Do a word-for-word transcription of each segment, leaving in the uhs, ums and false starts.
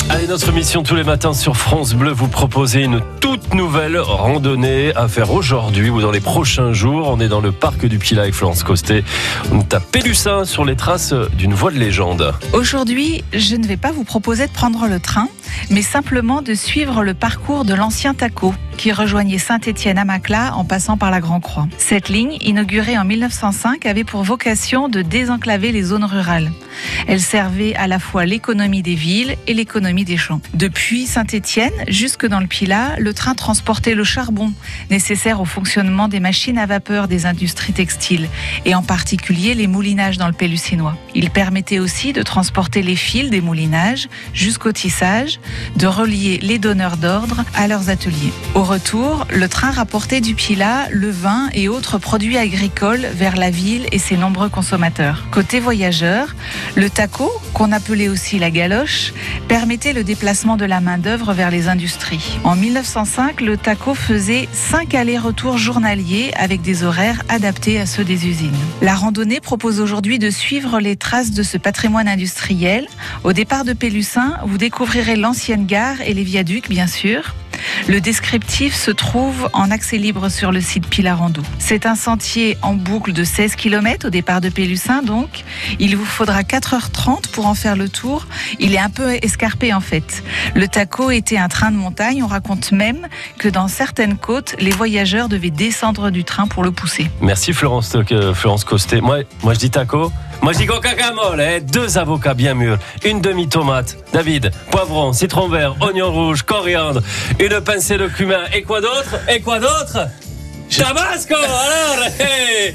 Allez, notre mission tous les matins sur France Bleu, vous proposer une toute nouvelle randonnée à faire aujourd'hui ou dans les prochains jours. On est dans le parc du Pilat avec Florence Costet. On est à Pélussin sur les traces d'une voie de légende. Aujourd'hui, je ne vais pas vous proposer de prendre le train, mais simplement de suivre le parcours de l'ancien Taco qui rejoignait Saint-Étienne à Macla en passant par la Grand Croix. Cette ligne, inaugurée en mille neuf cent cinq, avait pour vocation de désenclaver les zones rurales. Elle servait à la fois l'économie des villes et l'économie des champs. Depuis Saint-Étienne jusque dans le Pilat, le train transportait le charbon nécessaire au fonctionnement des machines à vapeur des industries textiles et en particulier les moulinages dans le Pélusinois. Il permettait aussi de transporter les fils des moulinages jusqu'au tissage, de relier les donneurs d'ordre à leurs ateliers. Au retour, le train rapportait du Pilat le vin et autres produits agricoles vers la ville et ses nombreux consommateurs. Côté voyageurs, le taco, qu'on appelait aussi la galoche, permettait le déplacement de la main-d'œuvre vers les industries. En mille neuf cent cinq, le taco faisait cinq allers-retours journaliers avec des horaires adaptés à ceux des usines. La randonnée propose aujourd'hui de suivre les traces de ce patrimoine industriel. Au départ de Pélussin, vous découvrirez l'ancienne gare et les viaducs, bien sûr. Le descriptif se trouve en accès libre sur le site Pilarando. C'est un sentier en boucle de seize kilomètres au départ de Pélussin, donc. Il vous faudra quatre heures trente pour en faire le tour. Il est un peu escarpé en fait. Le Taco était un train de montagne. On raconte même que dans certaines côtes, les voyageurs devaient descendre du train pour le pousser. Merci Florence, euh, Florence Costet. Moi, moi je dis taco. Moi, je dis guacamole, hein, deux avocats bien mûrs, une demi-tomate, David, poivron, citron vert, oignon rouge, coriandre, une pincée de cumin, et quoi d'autre? Et quoi d'autre? Tabasco, alors hey.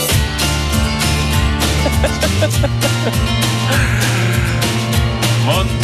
Mon